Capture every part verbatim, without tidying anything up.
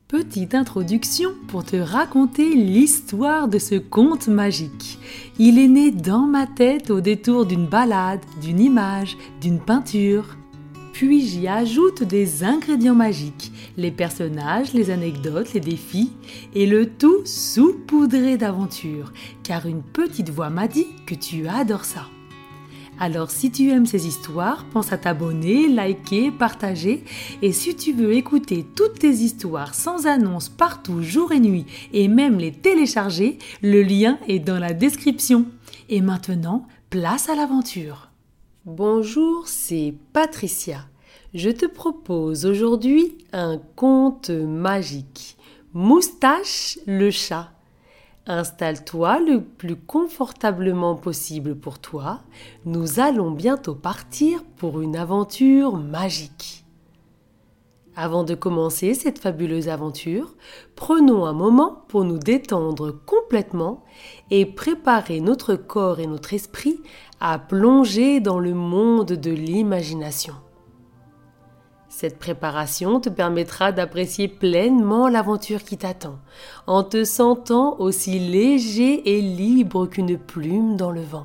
Petite introduction pour te raconter l'histoire de ce conte magique. Il est né dans ma tête au détour d'une balade, d'une image, d'une peinture. Puis j'y ajoute des ingrédients magiques, les personnages, les anecdotes, les défis, et le tout saupoudré d'aventures, car une petite voix m'a dit que tu adores ça. Alors si tu aimes ces histoires, pense à t'abonner, liker, partager, et si tu veux écouter toutes tes histoires sans annonce partout jour et nuit, et même les télécharger, le lien est dans la description. Et maintenant, place à l'aventure. Bonjour, c'est Patricia. Je te propose aujourd'hui un conte magique. Moustache le chat. Installe-toi le plus confortablement possible pour toi. Nous allons bientôt partir pour une aventure magique. Avant de commencer cette fabuleuse aventure, prenons un moment pour nous détendre complètement et préparer notre corps et notre esprit à plonger dans le monde de l'imagination. Cette préparation te permettra d'apprécier pleinement l'aventure qui t'attend, en te sentant aussi léger et libre qu'une plume dans le vent.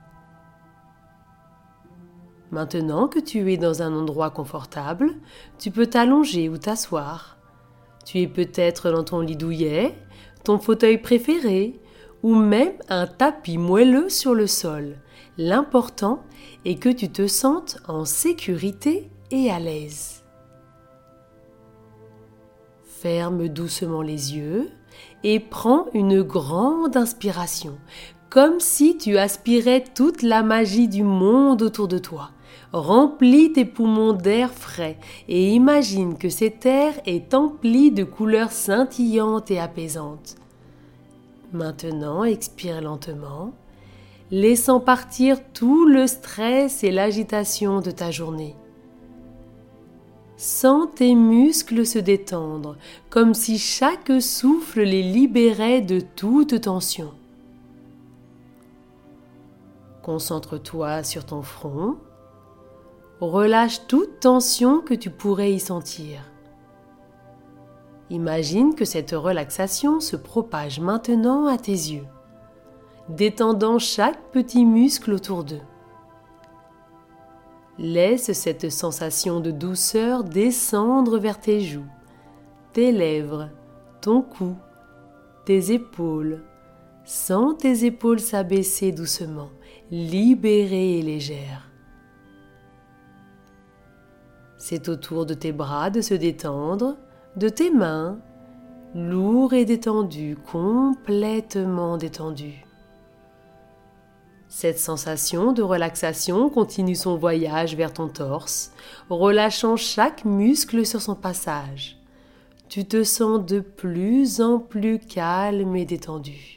Maintenant que tu es dans un endroit confortable, tu peux t'allonger ou t'asseoir. Tu es peut-être dans ton lit douillet, ton fauteuil préféré, ou même un tapis moelleux sur le sol. L'important est que tu te sentes en sécurité et à l'aise. Ferme doucement les yeux et prends une grande inspiration, comme si tu aspirais toute la magie du monde autour de toi. Remplis tes poumons d'air frais et imagine que cet air est empli de couleurs scintillantes et apaisantes. Maintenant, expire lentement, laissant partir tout le stress et l'agitation de ta journée. Sens tes muscles se détendre, comme si chaque souffle les libérait de toute tension. Concentre-toi sur ton front. Relâche toute tension que tu pourrais y sentir. Imagine que cette relaxation se propage maintenant à tes yeux, détendant chaque petit muscle autour d'eux. Laisse cette sensation de douceur descendre vers tes joues, tes lèvres, ton cou, tes épaules. Sens tes épaules s'abaisser doucement, libérées et légères. C'est au tour de tes bras de se détendre, de tes mains, lourds et détendus, complètement détendus. Cette sensation de relaxation continue son voyage vers ton torse, relâchant chaque muscle sur son passage. Tu te sens de plus en plus calme et détendu.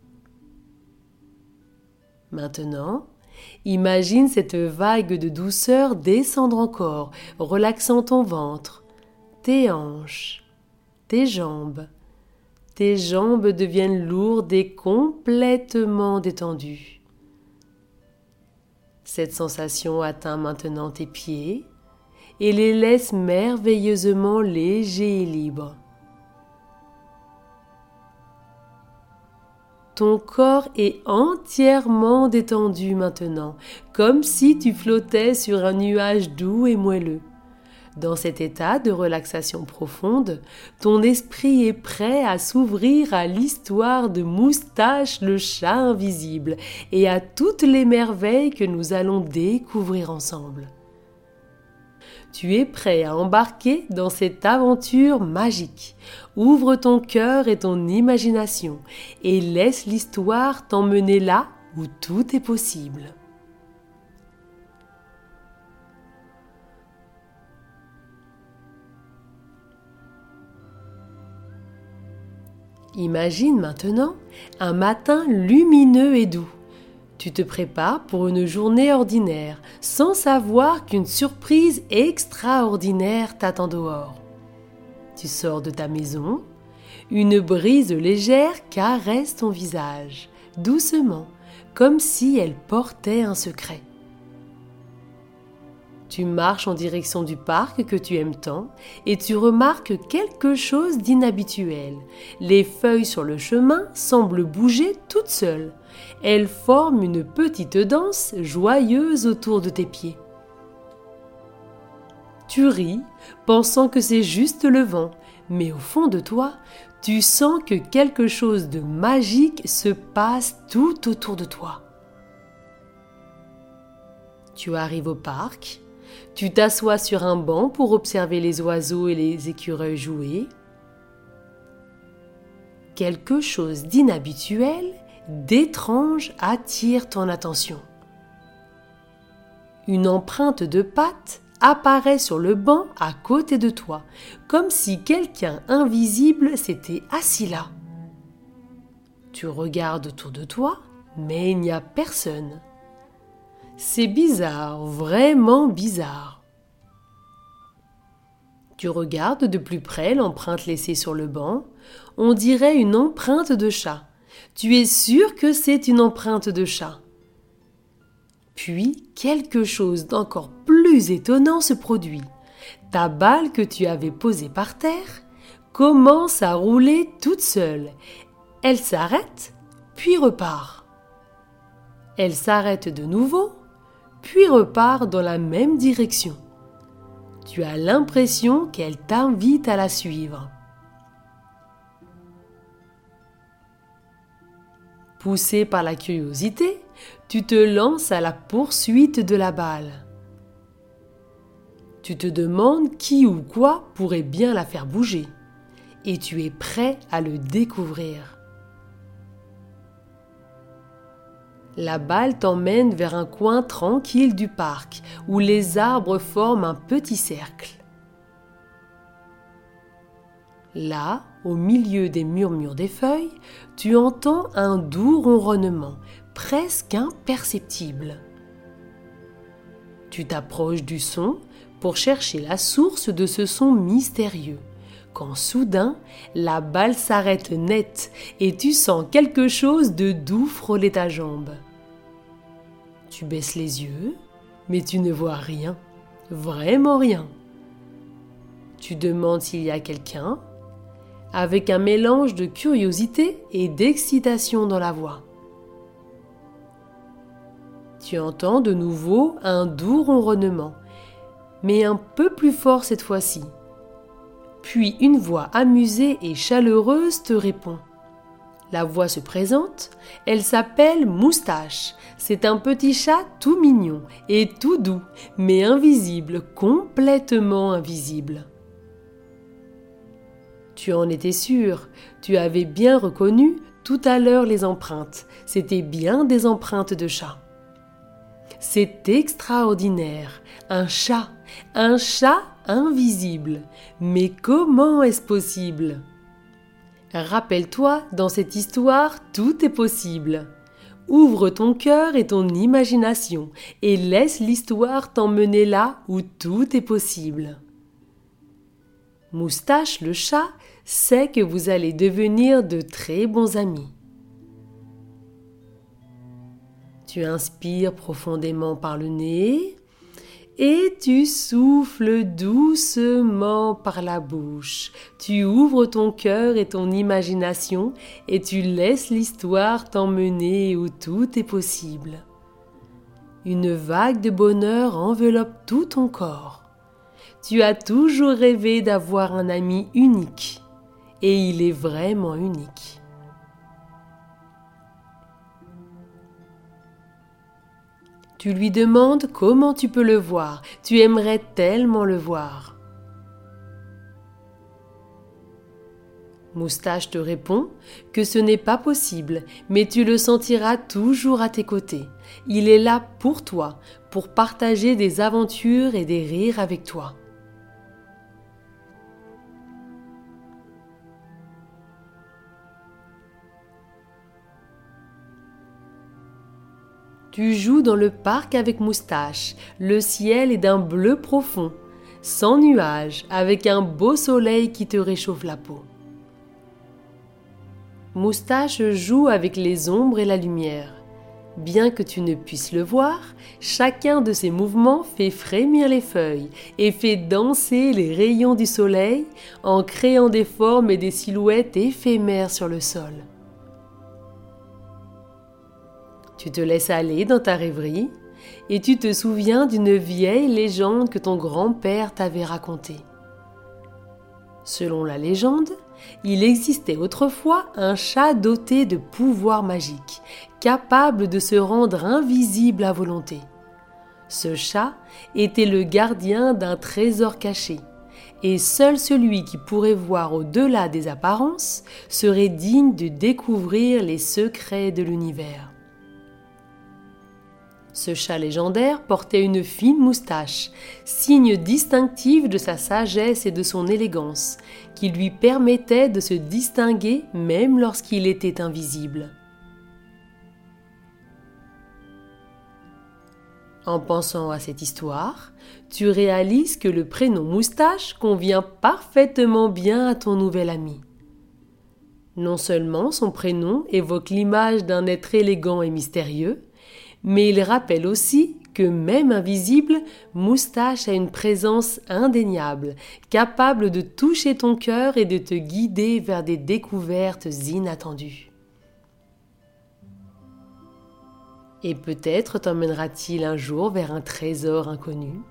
Maintenant, imagine cette vague de douceur descendre encore, relaxant ton ventre, tes hanches, tes jambes. Tes jambes deviennent lourdes et complètement détendues. Cette sensation atteint maintenant tes pieds et les laisse merveilleusement légers et libres. Ton corps est entièrement détendu maintenant, comme si tu flottais sur un nuage doux et moelleux. Dans cet état de relaxation profonde, ton esprit est prêt à s'ouvrir à l'histoire de Moustache le chat invisible et à toutes les merveilles que nous allons découvrir ensemble. Tu es prêt à embarquer dans cette aventure magique. Ouvre ton cœur et ton imagination et laisse l'histoire t'emmener là où tout est possible. Imagine maintenant un matin lumineux et doux. Tu te prépares pour une journée ordinaire, sans savoir qu'une surprise extraordinaire t'attend dehors. Tu sors de ta maison, une brise légère caresse ton visage, doucement, comme si elle portait un secret. Tu marches en direction du parc que tu aimes tant et tu remarques quelque chose d'inhabituel. Les feuilles sur le chemin semblent bouger toutes seules. Elles forment une petite danse joyeuse autour de tes pieds. Tu ris, pensant que c'est juste le vent, mais au fond de toi, tu sens que quelque chose de magique se passe tout autour de toi. Tu arrives au parc, tu t'assois sur un banc pour observer les oiseaux et les écureuils jouer. Quelque chose d'inhabituel, d'étrange attire ton attention. Une empreinte de pattes apparaît sur le banc à côté de toi, comme si quelqu'un invisible s'était assis là. Tu regardes autour de toi, mais il n'y a personne. C'est bizarre, vraiment bizarre. Tu regardes de plus près l'empreinte laissée sur le banc. On dirait une empreinte de chat. Tu es sûr que c'est une empreinte de chat. Puis, quelque chose d'encore plus étonnant se produit. Ta balle que tu avais posée par terre commence à rouler toute seule. Elle s'arrête, puis repart. Elle s'arrête de nouveau, puis repart dans la même direction. Tu as l'impression qu'elle t'invite à la suivre. Poussé par la curiosité, tu te lances à la poursuite de la balle. Tu te demandes qui ou quoi pourrait bien la faire bouger, et tu es prêt à le découvrir. La balle t'emmène vers un coin tranquille du parc, où les arbres forment un petit cercle. Là, au milieu des murmures des feuilles, tu entends un doux ronronnement, presque imperceptible. Tu t'approches du son pour chercher la source de ce son mystérieux, quand soudain, la balle s'arrête net et tu sens quelque chose de doux frôler ta jambe. Tu baisses les yeux, mais tu ne vois rien, vraiment rien. Tu demandes s'il y a quelqu'un, avec un mélange de curiosité et d'excitation dans la voix. Tu entends de nouveau un doux ronronnement, mais un peu plus fort cette fois-ci. Puis une voix amusée et chaleureuse te répond. La voix se présente, elle s'appelle Moustache. C'est un petit chat tout mignon et tout doux, mais invisible, complètement invisible. Tu en étais sûr, tu avais bien reconnu tout à l'heure les empreintes. C'était bien des empreintes de chat. C'est extraordinaire, un chat, un chat invisible. Mais comment est-ce possible ? Rappelle-toi, dans cette histoire, tout est possible. Ouvre ton cœur et ton imagination et laisse l'histoire t'emmener là où tout est possible. Moustache le chat sait que vous allez devenir de très bons amis. Tu inspires profondément par le nez et tu souffles doucement par la bouche. Tu ouvres ton cœur et ton imagination et tu laisses l'histoire t'emmener où tout est possible. Une vague de bonheur enveloppe tout ton corps. Tu as toujours rêvé d'avoir un ami unique et il est vraiment unique. Tu lui demandes comment tu peux le voir. Tu aimerais tellement le voir. Moustache te répond que ce n'est pas possible, mais tu le sentiras toujours à tes côtés. Il est là pour toi, pour partager des aventures et des rires avec toi. Tu joues dans le parc avec Moustache. Le ciel est d'un bleu profond, sans nuages, avec un beau soleil qui te réchauffe la peau. Moustache joue avec les ombres et la lumière. Bien que tu ne puisses le voir, chacun de ces mouvements fait frémir les feuilles et fait danser les rayons du soleil en créant des formes et des silhouettes éphémères sur le sol. Tu te laisses aller dans ta rêverie et tu te souviens d'une vieille légende que ton grand-père t'avait racontée. Selon la légende, il existait autrefois un chat doté de pouvoirs magiques, capable de se rendre invisible à volonté. Ce chat était le gardien d'un trésor caché, et seul celui qui pourrait voir au-delà des apparences serait digne de découvrir les secrets de l'univers. Ce chat légendaire portait une fine moustache, signe distinctif de sa sagesse et de son élégance, qui lui permettait de se distinguer même lorsqu'il était invisible. En pensant à cette histoire, tu réalises que le prénom Moustache convient parfaitement bien à ton nouvel ami. Non seulement son prénom évoque l'image d'un être élégant et mystérieux, mais il rappelle aussi que même invisible, Moustache a une présence indéniable, capable de toucher ton cœur et de te guider vers des découvertes inattendues. Et peut-être t'emmènera-t-il un jour vers un trésor inconnu.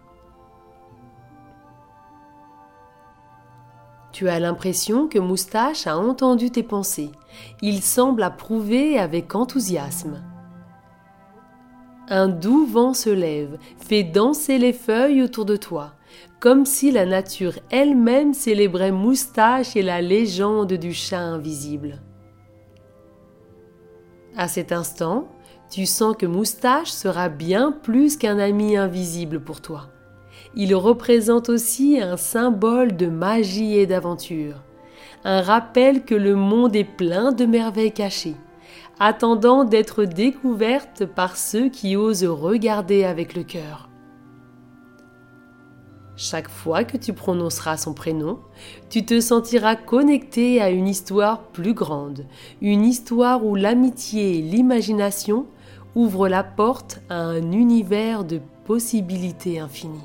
Tu as l'impression que Moustache a entendu tes pensées. Il semble approuver avec enthousiasme. Un doux vent se lève, fait danser les feuilles autour de toi, comme si la nature elle-même célébrait Moustache et la légende du chat invisible. À cet instant, tu sens que Moustache sera bien plus qu'un ami invisible pour toi. Il représente aussi un symbole de magie et d'aventure, un rappel que le monde est plein de merveilles cachées, attendant d'être découvertes par ceux qui osent regarder avec le cœur. Chaque fois que tu prononceras son prénom, tu te sentiras connecté à une histoire plus grande, une histoire où l'amitié et l'imagination ouvrent la porte à un univers de possibilités infinies.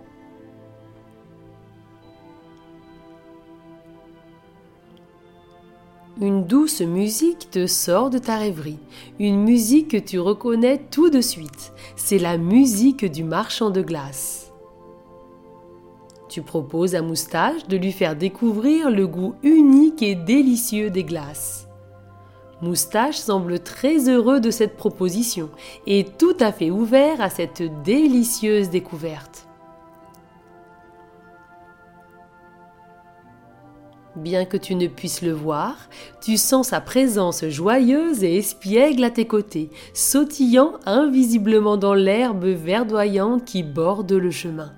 Une douce musique te sort de ta rêverie, une musique que tu reconnais tout de suite. C'est la musique du marchand de glace. Tu proposes à Moustache de lui faire découvrir le goût unique et délicieux des glaces. Moustache semble très heureux de cette proposition et tout à fait ouvert à cette délicieuse découverte. Bien que tu ne puisses le voir, tu sens sa présence joyeuse et espiègle à tes côtés, sautillant invisiblement dans l'herbe verdoyante qui borde le chemin.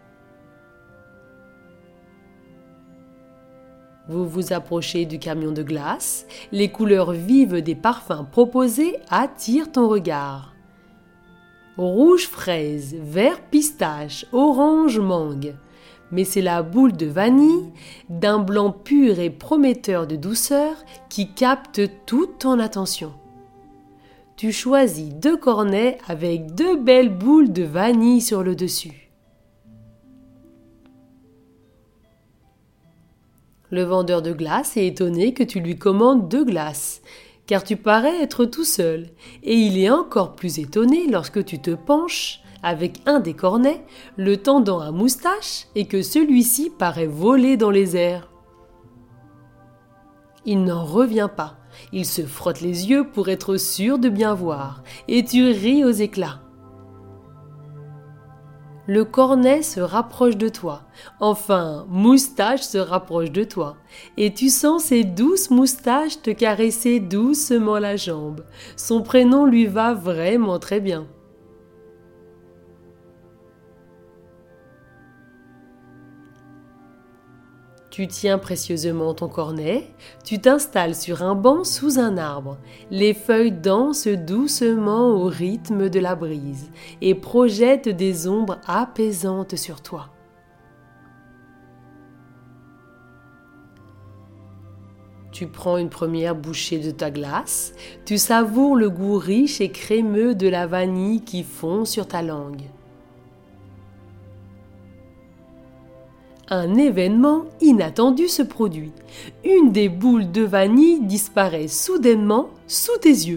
Vous vous approchez du camion de glace, les couleurs vives des parfums proposés attirent ton regard. Rouge fraise, vert pistache, orange mangue. Mais c'est la boule de vanille, d'un blanc pur et prometteur de douceur, qui capte toute ton attention. Tu choisis deux cornets avec deux belles boules de vanille sur le dessus. Le vendeur de glace est étonné que tu lui commandes deux glaces, car tu parais être tout seul, et il est encore plus étonné lorsque tu te penches avec un des cornets, le tendant à Moustache et que celui-ci paraît voler dans les airs. Il n'en revient pas, il se frotte les yeux pour être sûr de bien voir, et tu ris aux éclats. Le cornet se rapproche de toi, enfin Moustache se rapproche de toi, et tu sens ses douces moustaches te caresser doucement la jambe. Son prénom lui va vraiment très bien. Tu tiens précieusement ton cornet, tu t'installes sur un banc sous un arbre. Les feuilles dansent doucement au rythme de la brise et projettent des ombres apaisantes sur toi. Tu prends une première bouchée de ta glace, tu savoures le goût riche et crémeux de la vanille qui fond sur ta langue. Un événement inattendu se produit. Une des boules de vanille disparaît soudainement sous tes yeux.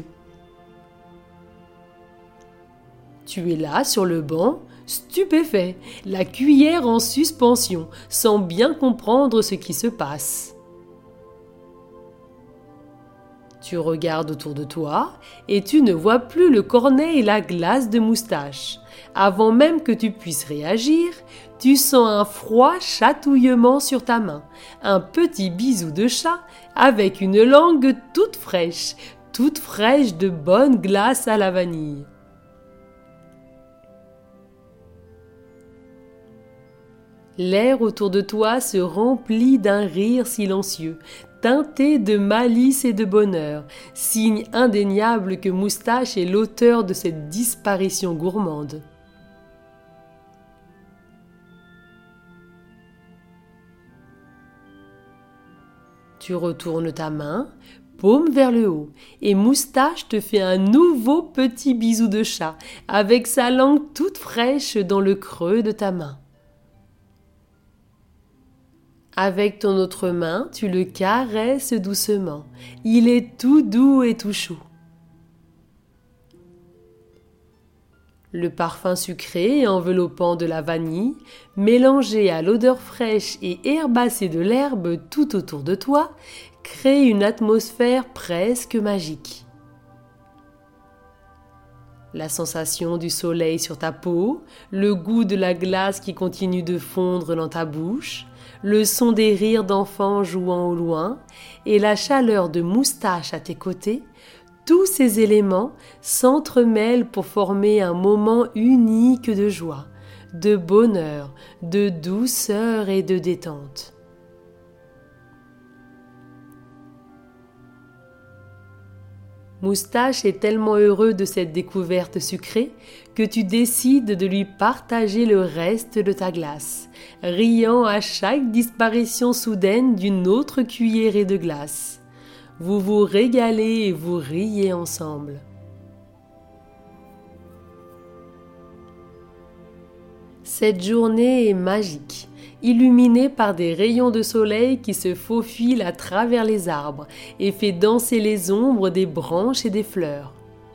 Tu es là sur le banc, stupéfait, la cuillère en suspension, sans bien comprendre ce qui se passe. Tu regardes autour de toi et tu ne vois plus le cornet et la glace de moustache. Avant même que tu puisses réagir, tu sens un froid chatouillement sur ta main, un petit bisou de chat avec une langue toute fraîche, toute fraîche de bonne glace à la vanille. L'air autour de toi se remplit d'un rire silencieux, teinté de malice et de bonheur, signe indéniable que Moustache est l'auteur de cette disparition gourmande. Tu retournes ta main, paume vers le haut, et Moustache te fait un nouveau petit bisou de chat, avec sa langue toute fraîche dans le creux de ta main. Avec ton autre main, tu le caresses doucement. Il est tout doux et tout chaud. Le parfum sucré et enveloppant de la vanille, mélangé à l'odeur fraîche et herbacée de l'herbe tout autour de toi, crée une atmosphère presque magique. La sensation du soleil sur ta peau, le goût de la glace qui continue de fondre dans ta bouche, le son des rires d'enfants jouant au loin et la chaleur de Moustache à tes côtés, tous ces éléments s'entremêlent pour former un moment unique de joie, de bonheur, de douceur et de détente. Moustache est tellement heureux de cette découverte sucrée que tu décides de lui partager le reste de ta glace, riant à chaque disparition soudaine d'une autre cuillerée de glace. Vous vous régalez et vous riez ensemble. Cette journée est magique, illuminée par des rayons de soleil qui se faufilent à travers les arbres et fait danser les ombres des branches et des fleurs.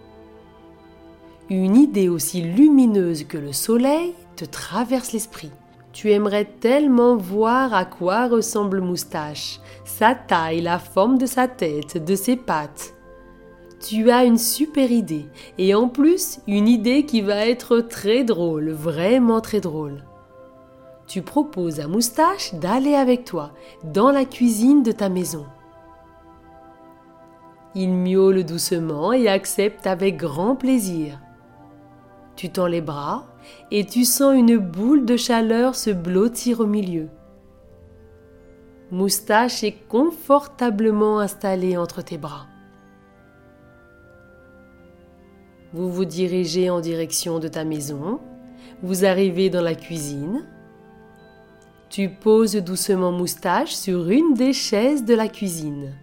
Une idée aussi lumineuse que le soleil te traverse l'esprit. Tu aimerais tellement voir à quoi ressemble Moustache, sa taille, la forme de sa tête, de ses pattes. Tu as une super idée, et en plus, une idée qui va être très drôle, vraiment très drôle. Tu proposes à Moustache d'aller avec toi, dans la cuisine de ta maison. Il miaule doucement et accepte avec grand plaisir. Tu tends les bras et tu sens une boule de chaleur se blottir au milieu. Moustache est confortablement installé entre tes bras. Vous vous dirigez en direction de ta maison, vous arrivez dans la cuisine. Tu poses doucement Moustache sur une des chaises de la cuisine.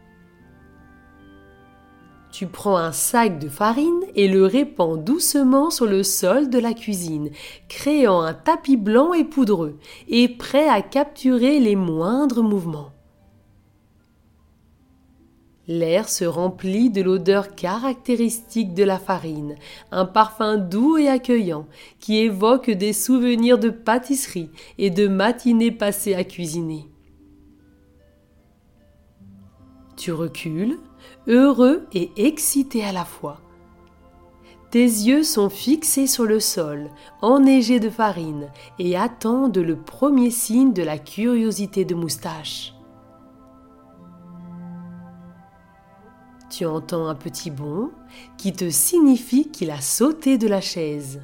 Tu prends un sac de farine et le répands doucement sur le sol de la cuisine, créant un tapis blanc et poudreux, et prêt à capturer les moindres mouvements. L'air se remplit de l'odeur caractéristique de la farine, un parfum doux et accueillant qui évoque des souvenirs de pâtisserie et de matinées passées à cuisiner. Tu recules, heureux et excité à la fois. Tes yeux sont fixés sur le sol, enneigé de farine, et attendent le premier signe de la curiosité de Moustache. Tu entends un petit bond qui te signifie qu'il a sauté de la chaise.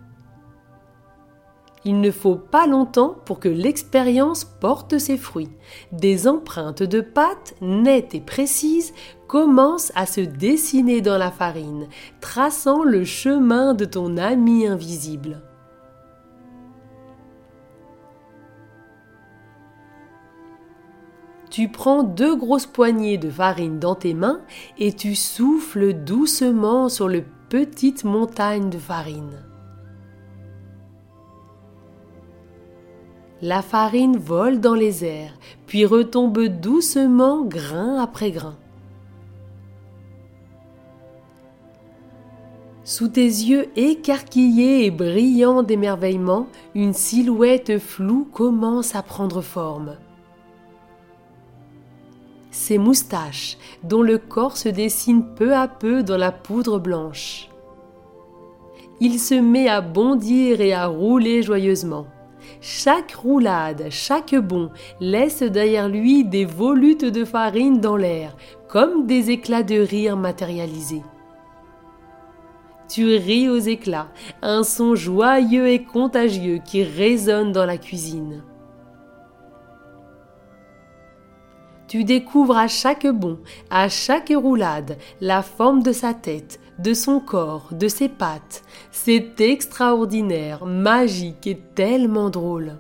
Il ne faut pas longtemps pour que l'expérience porte ses fruits. Des empreintes de pattes nettes et précises commencent à se dessiner dans la farine, traçant le chemin de ton ami invisible. Tu prends deux grosses poignées de farine dans tes mains et tu souffles doucement sur les petites montagnes de farine. La farine vole dans les airs, puis retombe doucement grain après grain. Sous tes yeux écarquillés et brillants d'émerveillement, une silhouette floue commence à prendre forme. C'est Moustache, dont le corps se dessine peu à peu dans la poudre blanche. Il se met à bondir et à rouler joyeusement. Chaque roulade, chaque bond laisse derrière lui des volutes de farine dans l'air, comme des éclats de rire matérialisés. Tu ris aux éclats, un son joyeux et contagieux qui résonne dans la cuisine. Tu découvres à chaque bond, à chaque roulade, la forme de sa tête, de son corps, de ses pattes. C'est extraordinaire, magique et tellement drôle.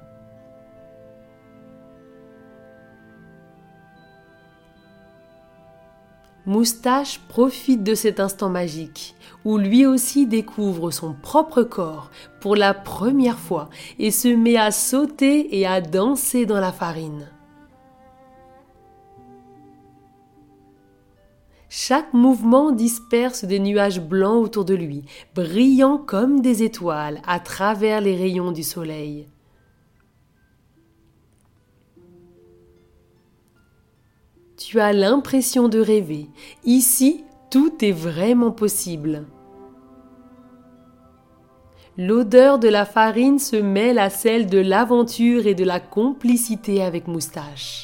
Moustache profite de cet instant magique, où lui aussi découvre son propre corps pour la première fois et se met à sauter et à danser dans la farine. Chaque mouvement disperse des nuages blancs autour de lui, brillants comme des étoiles à travers les rayons du soleil. Tu as l'impression de rêver. Ici, tout est vraiment possible. L'odeur de la farine se mêle à celle de l'aventure et de la complicité avec Moustache.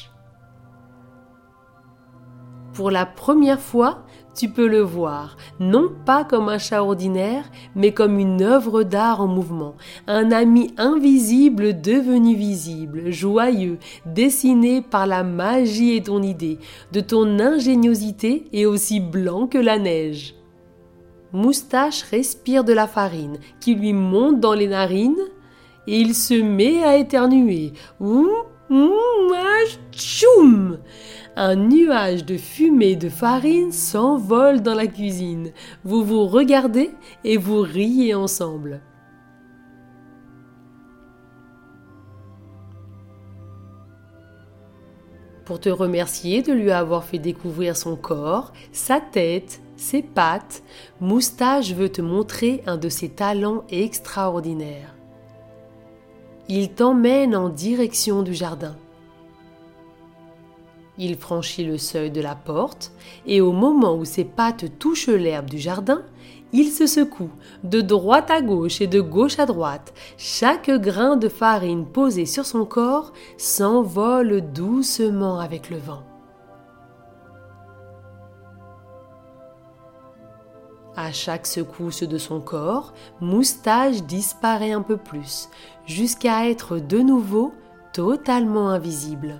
Pour la première fois, tu peux le voir, non pas comme un chat ordinaire, mais comme une œuvre d'art en mouvement, un ami invisible devenu visible, joyeux, dessiné par la magie et ton idée, de ton ingéniosité et aussi blanc que la neige. Moustache respire de la farine qui lui monte dans les narines et il se met à éternuer. Ouh, ouh, tchoum! Un nuage de fumée et de farine s'envole dans la cuisine. Vous vous regardez et vous riez ensemble. Pour te remercier de lui avoir fait découvrir son corps, sa tête, ses pattes, Moustache veut te montrer un de ses talents extraordinaires. Il t'emmène en direction du jardin. Il franchit le seuil de la porte et au moment où ses pattes touchent l'herbe du jardin, il se secoue de droite à gauche et de gauche à droite. Chaque grain de farine posé sur son corps s'envole doucement avec le vent. À chaque secousse de son corps, Moustache disparaît un peu plus, jusqu'à être de nouveau totalement invisible.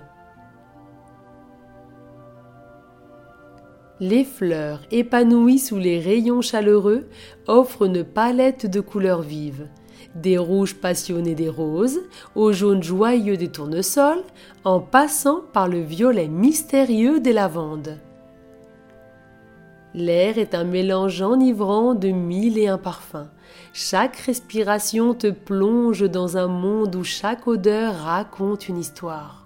Les fleurs, épanouies sous les rayons chaleureux, offrent une palette de couleurs vives. Des rouges passionnés des roses, au jaune joyeux des tournesols, en passant par le violet mystérieux des lavandes. L'air est un mélange enivrant de mille et un parfums. Chaque respiration te plonge dans un monde où chaque odeur raconte une histoire.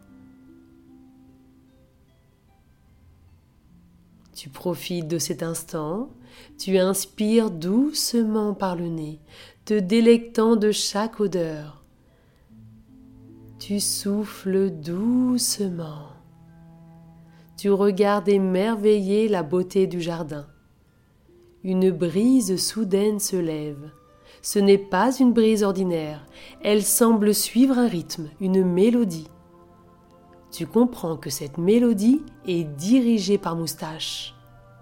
Tu profites de cet instant, tu inspires doucement par le nez, te délectant de chaque odeur. Tu souffles doucement. Tu regardes émerveillé la beauté du jardin. Une brise soudaine se lève. Ce n'est pas une brise ordinaire, elle semble suivre un rythme, une mélodie. Tu comprends que cette mélodie est dirigée par Moustache.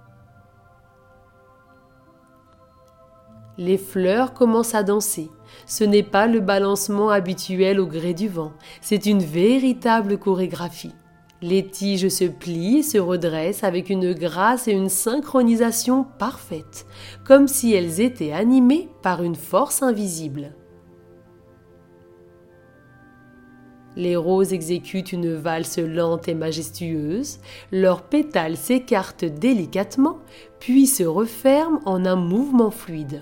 Les fleurs commencent à danser. Ce n'est pas le balancement habituel au gré du vent, c'est une véritable chorégraphie. Les tiges se plient et se redressent avec une grâce et une synchronisation parfaite, comme si elles étaient animées par une force invisible. Les roses exécutent une valse lente et majestueuse, leurs pétales s'écartent délicatement, puis se referment en un mouvement fluide.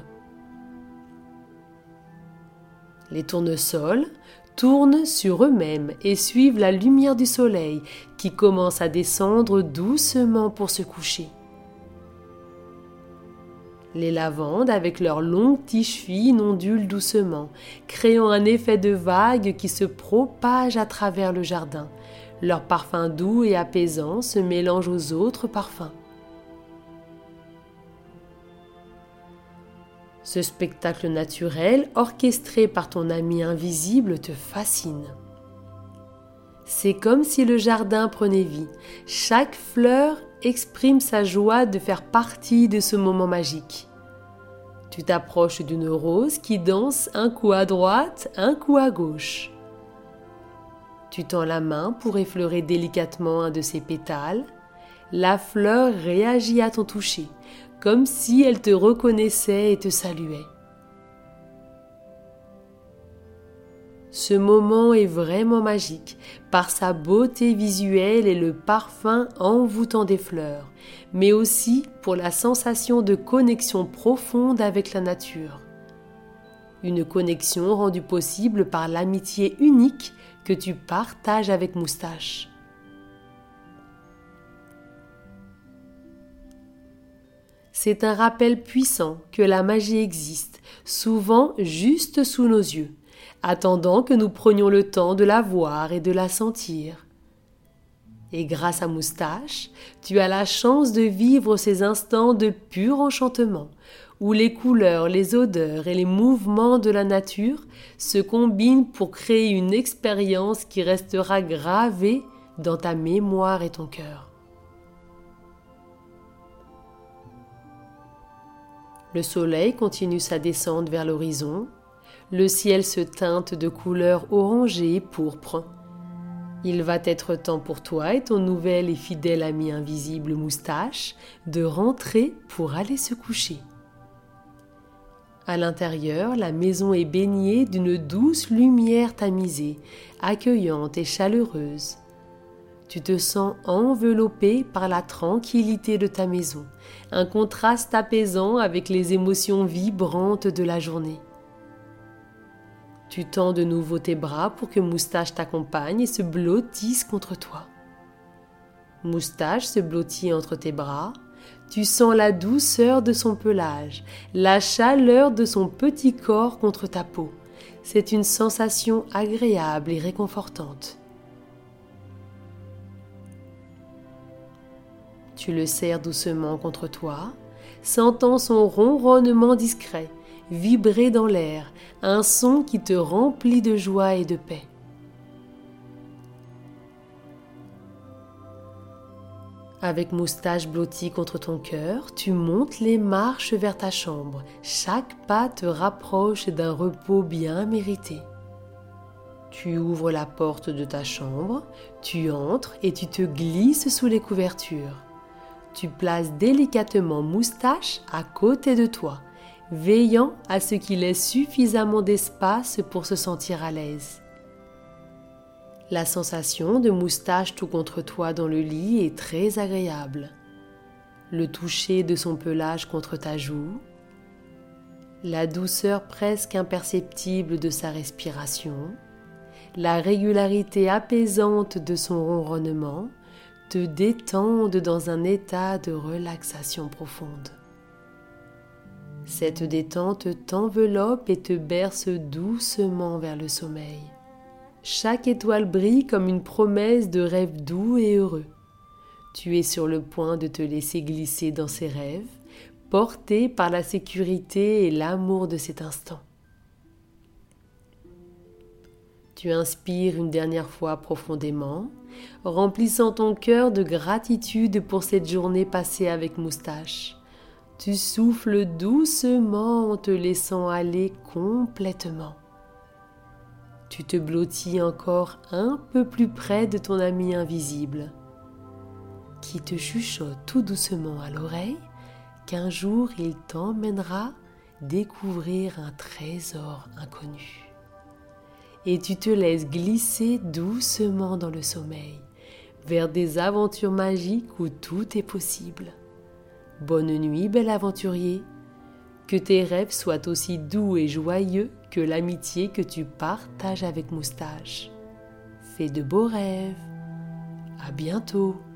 Les tournesols tournent sur eux-mêmes et suivent la lumière du soleil qui commence à descendre doucement pour se coucher. Les lavandes, avec leurs longues tiges fines, ondulent doucement, créant un effet de vague qui se propage à travers le jardin. Leur parfum doux et apaisant se mélange aux autres parfums. Ce spectacle naturel, orchestré par ton ami invisible, te fascine. C'est comme si le jardin prenait vie. Chaque fleur exprime sa joie de faire partie de ce moment magique. Tu t'approches d'une rose qui danse un coup à droite, un coup à gauche. Tu tends la main pour effleurer délicatement un de ses pétales. La fleur réagit à ton toucher, comme si elle te reconnaissait et te saluait. Ce moment est vraiment magique par sa beauté visuelle et le parfum envoûtant des fleurs, mais aussi pour la sensation de connexion profonde avec la nature. Une connexion rendue possible par l'amitié unique que tu partages avec Moustache. C'est un rappel puissant que la magie existe, souvent juste sous nos yeux, attendant que nous prenions le temps de la voir et de la sentir. Et grâce à Moustache, tu as la chance de vivre ces instants de pur enchantement, où les couleurs, les odeurs et les mouvements de la nature se combinent pour créer une expérience qui restera gravée dans ta mémoire et ton cœur. Le soleil continue sa descente vers l'horizon. Le ciel se teinte de couleurs orangées et pourpres. Il va être temps pour toi et ton nouvel et fidèle ami invisible Moustache de rentrer pour aller se coucher. À l'intérieur, la maison est baignée d'une douce lumière tamisée, accueillante et chaleureuse. Tu te sens enveloppé par la tranquillité de ta maison, un contraste apaisant avec les émotions vibrantes de la journée. Tu tends de nouveau tes bras pour que Moustache t'accompagne et se blottisse contre toi. Moustache se blottit entre tes bras. Tu sens la douceur de son pelage, la chaleur de son petit corps contre ta peau. C'est une sensation agréable et réconfortante. Tu le serres doucement contre toi, sentant son ronronnement discret, vibrer dans l'air, un son qui te remplit de joie et de paix. Avec Moustache blottie contre ton cœur, tu montes les marches vers ta chambre. Chaque pas te rapproche d'un repos bien mérité. Tu ouvres la porte de ta chambre, tu entres et tu te glisses sous les couvertures. Tu places délicatement Moustache à côté de toi, veillant à ce qu'il ait suffisamment d'espace pour se sentir à l'aise. La sensation de Moustache tout contre toi dans le lit est très agréable. Le toucher de son pelage contre ta joue, la douceur presque imperceptible de sa respiration, la régularité apaisante de son ronronnement te détendent dans un état de relaxation profonde. Cette détente t'enveloppe et te berce doucement vers le sommeil. Chaque étoile brille comme une promesse de rêves doux et heureux. Tu es sur le point de te laisser glisser dans ces rêves, porté par la sécurité et l'amour de cet instant. Tu inspires une dernière fois profondément, remplissant ton cœur de gratitude pour cette journée passée avec Moustache. Tu souffles doucement en te laissant aller complètement. Tu te blottis encore un peu plus près de ton ami invisible, qui te chuchote tout doucement à l'oreille qu'un jour il t'emmènera découvrir un trésor inconnu. et tu te laisses glisser doucement dans le sommeil, vers des aventures magiques où tout est possible. Bonne nuit, bel aventurier. Que tes rêves soient aussi doux et joyeux que l'amitié que tu partages avec Moustache. Fais de beaux rêves. À bientôt.